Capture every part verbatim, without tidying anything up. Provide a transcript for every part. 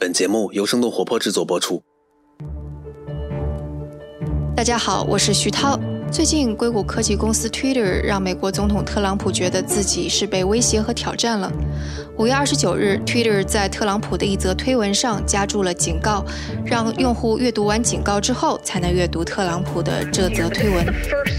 本节目由生动活泼制作播出。 大家好，我是徐涛。最近硅谷科技公司 Twitter 让美国总统特朗普觉得自己是被威胁和挑战了。五月二十九日 Twitter 在特朗普的一则推文上加注了警告，让用户阅读完警告之后才能阅读特朗普的这则推文。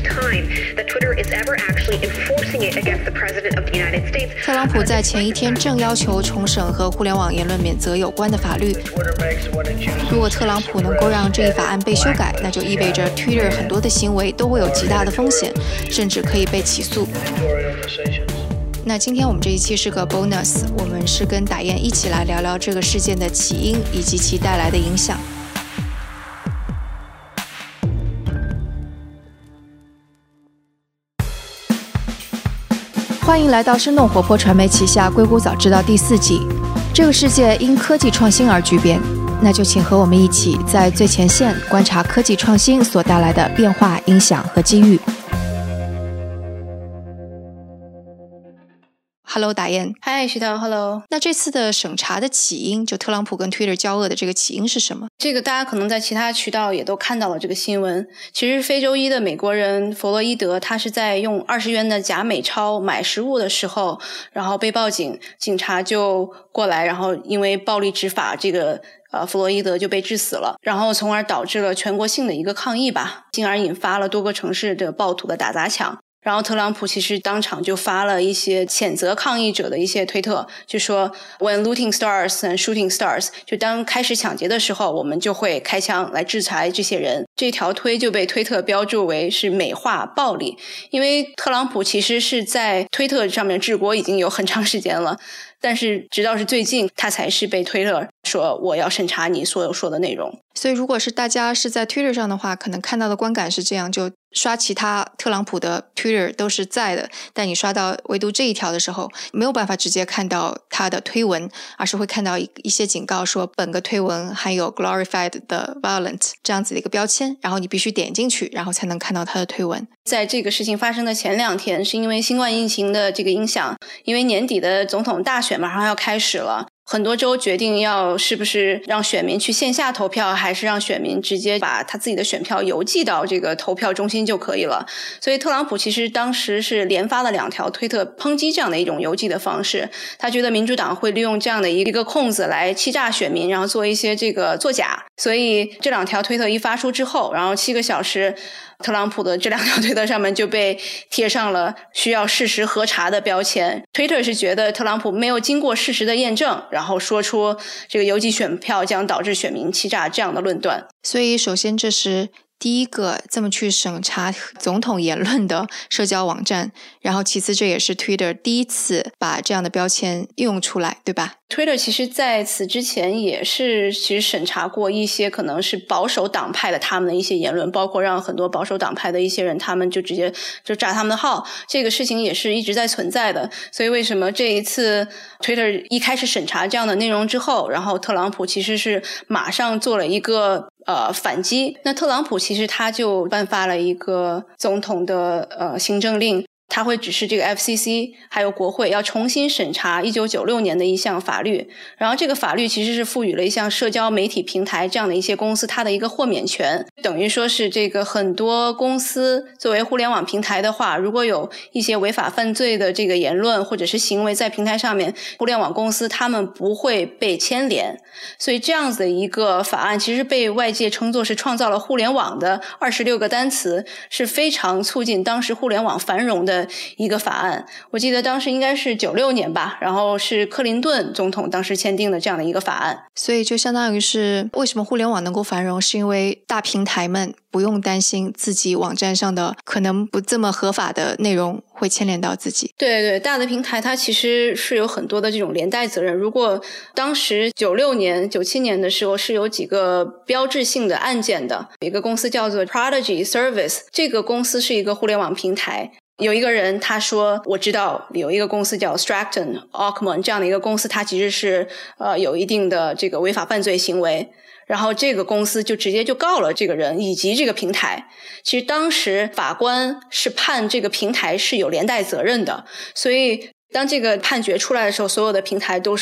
特朗普在前一天正要求重审和互联网言论免责有关的法律。如果特朗普能够让这一法案被修改，那就意味着 Twitter 很多的行为都会有极大的风险，甚至可以被起诉。那今天我们这一期是个 bonus， 我们是跟打雁一起来聊聊这个事件的起因以及其带来的影响。欢迎来到生动活泼传媒旗下硅谷早知道第四季。这个世界因科技创新而巨变，那就请和我们一起在最前线观察科技创新所带来的变化、影响和机遇。Hello， 打雁。 嗨，徐涛 ，Hello。 那这次的审查的起因，就特朗普跟 Twitter 交恶的这个起因是什么？ 这个大家可能在其他渠道也都看到了这个新闻。其实非洲裔的美国人弗洛伊德，他是在用二十元的假美钞买食物的时候，然后被报警，警察就过来，然后因为暴力执法，这个呃弗洛伊德就被致死了，然后从而导致了全国性的一个抗议吧，进而引发了多个城市的暴徒的打砸抢。然后特朗普其实当场就发了一些谴责抗议者的一些推特，就说 When looting starts and shooting starts， 就当开始抢劫的时候，我们就会开枪来制裁这些人。这条推就被推特标注为是美化暴力，因为特朗普其实是在推特上面治国已经有很长时间了，但是直到是最近他才是被推特说我要审查你所有说的内容。 所以如果是大家是在 Twitter 上的话，可能看到的观感是这样，就刷其他特朗普的 Twitter 都是在的，但你刷到唯独这一条的时候，没有办法直接看到他的推文，而是会看到一些警告说本个推文含有 glorified 的 violent 这样子的一个标签，然后你必须点进去，然后才能看到他的推文。 在这个事情发生的前两天，是因为新冠疫情的这个影响，因为年底的总统大选马上要开始了，很多州决定要是不是让选民去线下投票，还是让选民直接把他自己的选票邮寄到这个投票中心就可以了。所以特朗普其实当时是连发了两条推特抨击这样的一种邮寄的方式，他觉得民主党会利用这样的一个空子来欺诈选民，然后做一些这个作假。所以这两条推特一发出之后，然后七个小时特朗普的这两条推特上面就被贴上了需要事实核查的标签。Twitter 是觉得特朗普没有经过事实的验证，然后说出这个邮寄选票将导致选民欺诈这样的论断。 所以首先这是第一个这么去审查总统言论的社交网站，然后其次这也是 Twitter 第一次把这样的标签用出来，对吧？ Twitter 其实在此之前也是其实审查过一些可能是保守党派的他们的一些言论，包括让很多保守党派的一些人他们就直接就炸他们的号，这个事情也是一直在存在的。所以为什么这一次 Twitter 一开始审查这样的内容之后，然后特朗普其实是马上做了一个呃反击。那特朗普其实他就颁发了一个总统的呃行政令，他会指示这个 F C C 还有国会要重新审查一九九六年的一项法律，然后这个法律其实是赋予了一项社交媒体平台这样的一些公司它的一个豁免权，等于说是这个很多公司作为互联网平台的话，如果有一些违法犯罪的这个言论或者是行为在平台上面，互联网公司他们不会被牵连。所以这样子的一个法案其实被外界称作是创造了互联网的二十六个单词，是非常促进当时互联网繁荣的一个法案。我记得当时应该是九六年吧，然后是克林顿总统当时签订的这样的一个法案。 所以就相当于是为什么互联网能够繁荣，是因为大平台们不用担心自己网站上的可能不这么合法的内容会牵连到自己。 对对，大的平台它其实是有很多的这种连带责任。如果当时九六年九七年的时候是有几个标志性的案件的，有一个公司叫做 Prodigy Service， 这个公司是一个互联网平台，有一个人他说我知道有一个公司叫 Stratton Ockman 这样的一个公司，它其实是呃有一定的这个违法犯罪行为，然后这个公司就直接就告了这个人以及这个平台。其实当时法官是判这个平台是有连带责任的，所以当这个判决出来的时候，所有的平台都是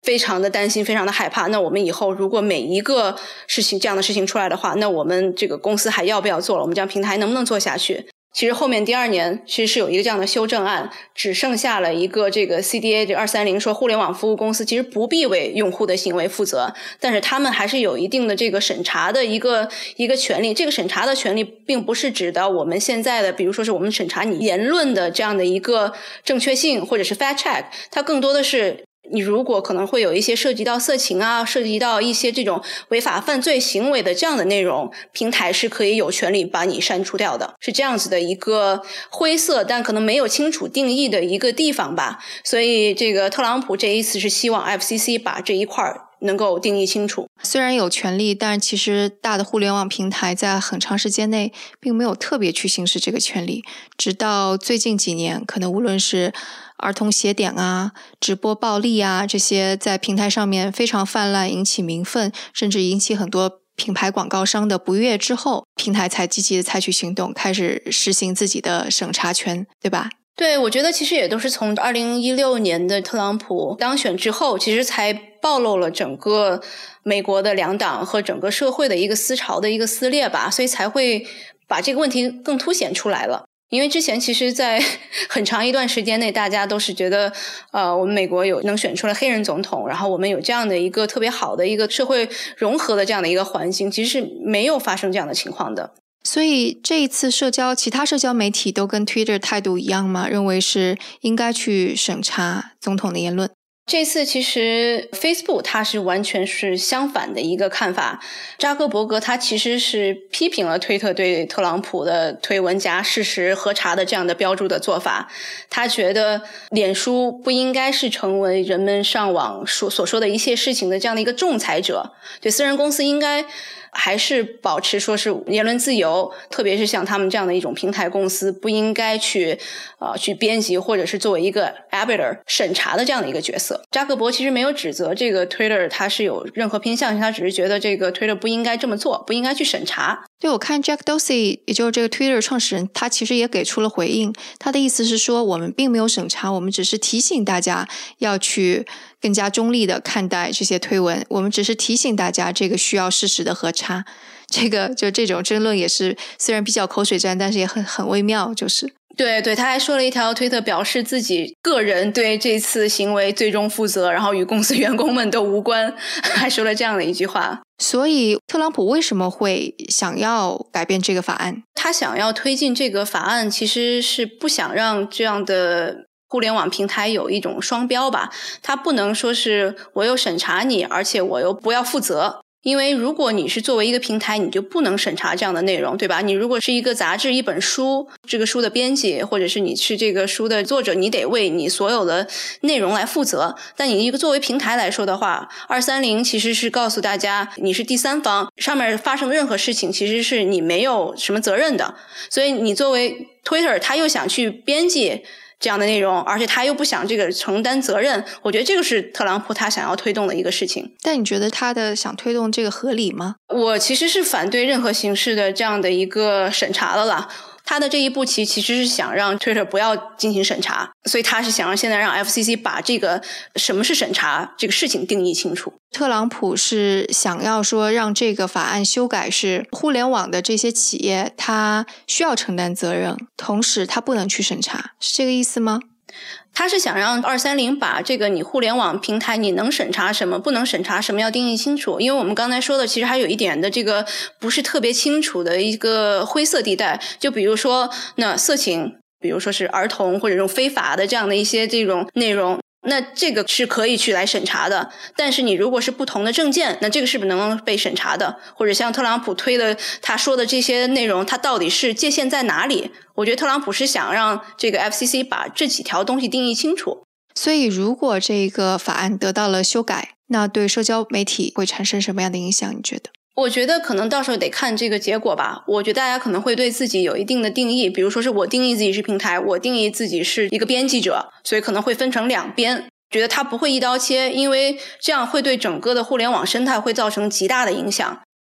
非常的担心，非常的害怕。那我们以后如果每一个事情这样的事情出来的话，那我们这个公司还要不要做了？我们这样平台能不能做下去？其实后面第二年其实是有一个这样的修正案，只剩下了一个这个 C D A 这二三零说互联网服务公司其实不必为用户的行为负责，但是他们还是有一定的这个审查的一个一个权利。这个审查的权利并不是指的我们现在的比如说是我们审查你言论的这样的一个正确性或者是 fact check， 它更多的是你如果可能会有一些涉及到色情啊，涉及到一些这种违法犯罪行为的这样的内容，平台是可以有权利把你删除掉的，是这样子的一个灰色但可能没有清楚定义的一个地方吧。所以这个特朗普这一次是希望 F C C 把这一块能够定义清楚。 虽然有权利，但其实大的互联网平台在很长时间内并没有特别去行使这个权利，直到最近几年，可能无论是儿童邪典啊、直播暴力啊，这些在平台上面非常泛滥，引起民愤，甚至引起很多品牌广告商的不悦之后，平台才积极的采取行动，开始实行自己的审查权，对吧？ 对，我觉得其实也都是从二零一六年的特朗普当选之后，其实才暴露了整个美国的两党和整个社会的一个思潮的一个撕裂吧，所以才会把这个问题更凸显出来了。因为之前其实在很长一段时间内，大家都是觉得呃，我们美国有能选出来黑人总统，然后我们有这样的一个特别好的一个社会融合的这样的一个环境，其实是没有发生这样的情况的。 所以这一次社交其他社交媒体都跟 Twitter 态度一样吗？认为是应该去审查总统的言论？ 这次其实 Facebook 它是完全是相反的一个看法。扎克伯格他其实是批评了推特对特朗普的推文加事实核查的这样的标注的做法，他觉得脸书不应该是成为人们上网说所说的一切事情的这样的一个仲裁者，对私人公司应该还是保持说是言论自由，特别是像他们这样的一种平台公司不应该去呃去编辑或者是作为一个 arbiter 审查的这样的一个角色。扎克伯其实没有指责这个 Twitter 他是有任何偏向，他只是觉得这个 Twitter 不应该这么做，不应该去审查。 对，我看 Jack Dorsey 也就是这个 Twitter 创始人，他其实也给出了回应，他的意思是说我们并没有审查，我们只是提醒大家要去更加中立的看待这些推文，我们只是提醒大家这个需要事实的核查。这个就这种争论也是虽然比较口水战，但是也很很微妙，就是对对，他还说了一条推特，表示自己个人对这次行为最终负责，然后与公司员工们都无关，还说了这样的一句话。 所以特朗普为什么会想要改变这个法案？ 他想要推进这个法案，其实是不想让这样的互联网平台有一种双标吧。他不能说是我又审查你，而且我又不要负责。因为如果你是作为一个平台，你就不能审查这样的内容，对吧？你如果是一个杂志、一本书，这个书的编辑，或者是你是这个书的作者，你得为你所有的内容来负责。但你一个作为平台来说的话，二三零其实是告诉大家你是第三方，上面发生的任何事情其实是你没有什么责任的。所以你作为 Twitter， 他又想去编辑这样的内容，而且他又不想这个承担责任，我觉得这个是特朗普他想要推动的一个事情。 但你觉得他的想推动这个合理吗？ 我其实是反对任何形式的这样的一个审查的啦。他的这一步棋其实是想让 Twitter 不要进行审查，所以他是想让现在让 F C C 把这个什么是审查这个事情定义清楚。 特朗普是想要说让这个法案修改是互联网的这些企业他需要承担责任，同时他不能去审查，是这个意思吗？ 他是想让二三零把这个你互联网平台你能审查什么不能审查什么要定义清楚，因为我们刚才说的其实还有一点的这个不是特别清楚的一个灰色地带，就比如说那色情，比如说是儿童或者这种非法的这样的一些这种内容，那这个是可以去来审查的。但是你如果是不同的证件，那这个是不是能被审查的？或者像特朗普推的他说的这些内容，他到底是界限在哪里？我觉得特朗普是想让这个 F C C 把这几条东西定义清楚。 所以如果这个法案得到了修改，那对社交媒体会产生什么样的影响，你觉得？ 我觉得可能到时候得看这个结果吧。我觉得大家可能会对自己有一定的定义，比如说是我定义自己是平台，我定义自己是一个编辑者，所以可能会分成两边，觉得它不会一刀切，因为这样会对整个的互联网生态会造成极大的影响。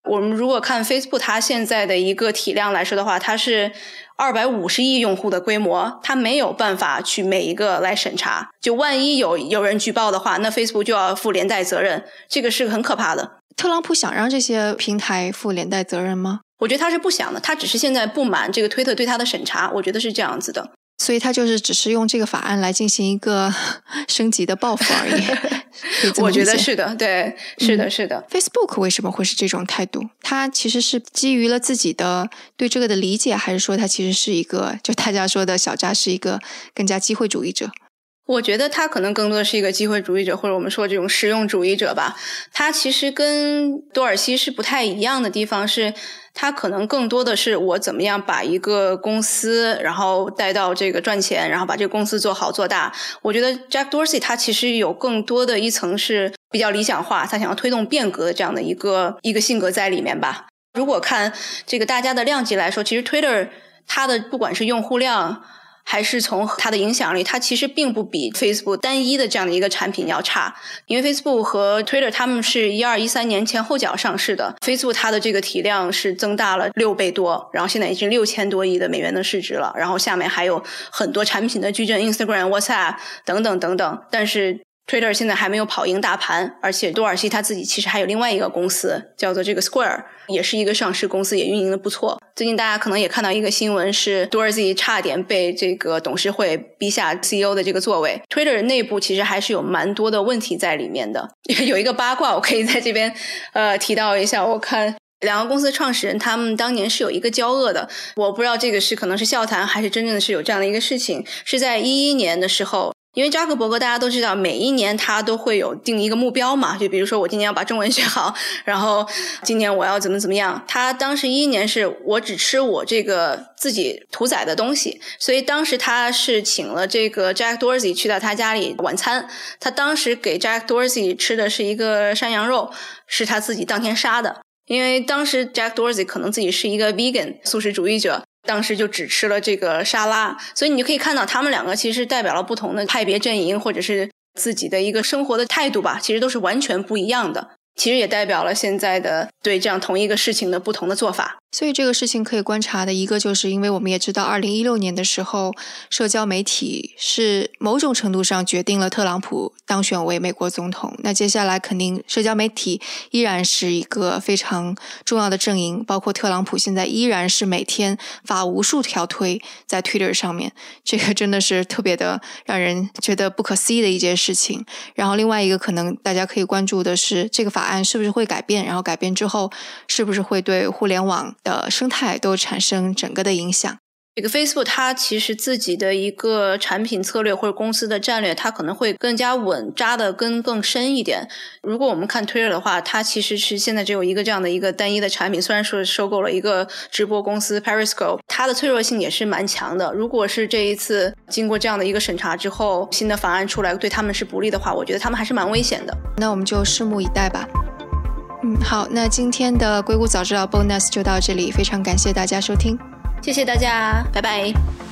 我们如果看 Facebook 它现在的一个体量来说的话，它是二百五十亿用户的规模，它没有办法去每一个来审查，就万一有有人举报的话，那 Facebook 就要负连带责任，这个是很可怕的。 特朗普想让这些平台负连带责任吗？ 我觉得他是不想的，他只是现在不满这个推特对他的审查，我觉得是这样子的。 所以他就是只是用这个法案来进行一个升级的报复而已。 我觉得是的，对，是的，是的、 嗯。Facebook 为什么会是这种态度？他其实是基于了自己的对这个的理解，还是说他其实是一个，就大家说的小扎是一个更加机会主义者？ 我觉得他可能更多的是一个机会主义者，或者我们说这种实用主义者吧。他其实跟多尔西是不太一样的地方是，他可能更多的是我怎么样把一个公司然后带到这个赚钱，然后把这个公司做好做大。我觉得 Jack Dorsey 他其实有更多的一层是比较理想化，他想要推动变革的这样的一个一个性格在里面吧。如果看这个大家的量级来说，其实 Twitter 它的不管是用户量还是从它的影响力，它其实并不比 Facebook 单一的这样的一个产品要差。因为 Facebook 和 Twitter 他们是一二一三年前后脚上市的， Facebook 它的这个体量是增大了六倍多，然后现在已经六千多亿的美元的市值了，然后下面还有很多产品的矩阵 Instagram WhatsApp 等等等等。但是Twitter 现在还没有跑赢大盘，而且多尔西他自己其实还有另外一个公司叫做这个 Square， 也是一个上市公司，也运营的不错。最近大家可能也看到一个新闻，是多尔西差点被这个董事会逼下 C E O 的这个座位。Twitter 内部其实还是有蛮多的问题在里面的。有一个八卦我可以在这边呃提到一下，我看两个公司创始人他们当年是有一个交恶的，我不知道这个是可能是笑谈还是真正的是有这样的一个事情。是在一一年的时候，因为扎克伯格大家都知道每一年他都会有定一个目标嘛，就比如说我今年要把中文学好，然后今年我要怎么怎么样。他当时一一年是我只吃我这个自己屠宰的东西，所以当时他是请了这个 Jack Dorsey 去到他家里晚餐，他当时给 Jack Dorsey 吃的是一个山羊肉，是他自己当天杀的。因为当时 Jack Dorsey 可能自己是一个 vegan 素食主义者，当时就只吃了这个沙拉，所以你就可以看到他们两个其实代表了不同的派别阵营，或者是自己的一个生活的态度吧，其实都是完全不一样的。其实也代表了现在的对这样同一个事情的不同的做法。 所以这个事情可以观察的一个，就是因为我们也知道二零一六年的时候，社交媒体是某种程度上决定了特朗普当选为美国总统。那接下来肯定社交媒体依然是一个非常重要的阵营，包括特朗普现在依然是每天发无数条推在 Twitter 上面，这个真的是特别的让人觉得不可思议的一件事情。然后另外一个可能大家可以关注的是，这个法案是不是会改变，然后改变之后是不是会对互联网的生态都产生整个的影响。 这个 Facebook 它其实自己的一个产品策略或者公司的战略，它可能会更加稳扎的根更深一点。如果我们看 Twitter 的话，它其实是现在只有一个这样的一个单一的产品，虽然说收购了一个直播公司 Periscope， 它的脆弱性也是蛮强的。如果是这一次经过这样的一个审查之后，新的法案出来对他们是不利的话，我觉得他们还是蛮危险的。 那我们就拭目以待吧。嗯，好，那今天的硅谷早知道 bonus 就到这里，非常感谢大家收听， 谢谢大家，拜拜。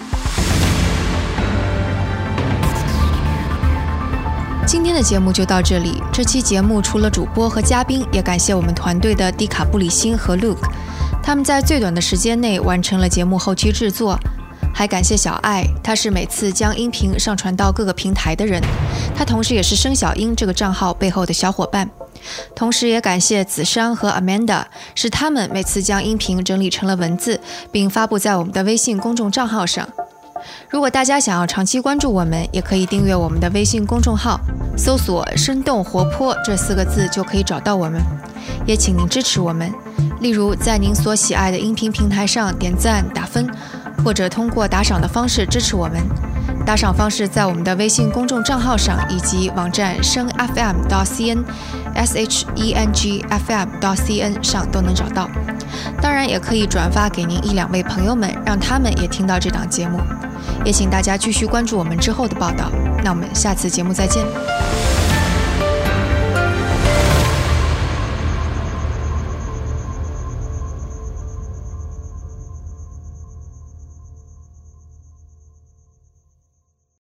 今天的节目就到这里。这期节目除了主播和嘉宾，也感谢我们团队的迪卡布里辛和 Luke， 他们在最短的时间内完成了节目后期制作。还感谢小爱，他是每次将音频上传到各个平台的人，他同时也是生小英这个账号背后的小伙伴。同时也感谢子珊和 Amanda， 是他们每次将音频整理成了文字，并发布在我们的微信公众账号上。如果大家想要长期关注我们，也可以订阅我们的微信公众号，搜索生动活泼这四个字就可以找到我们。也请您支持我们，例如在您所喜爱的音频平台上点赞打分，或者通过打赏的方式支持我们。打赏方式在我们的微信公众账号上以及网站声 F M 点 C N S H E N G F M 点 C N 上都能找到。当然也可以转发给您一两位朋友们，让他们也听到这档节目。也请大家继续关注我们之后的报道。那我们下次节目再见。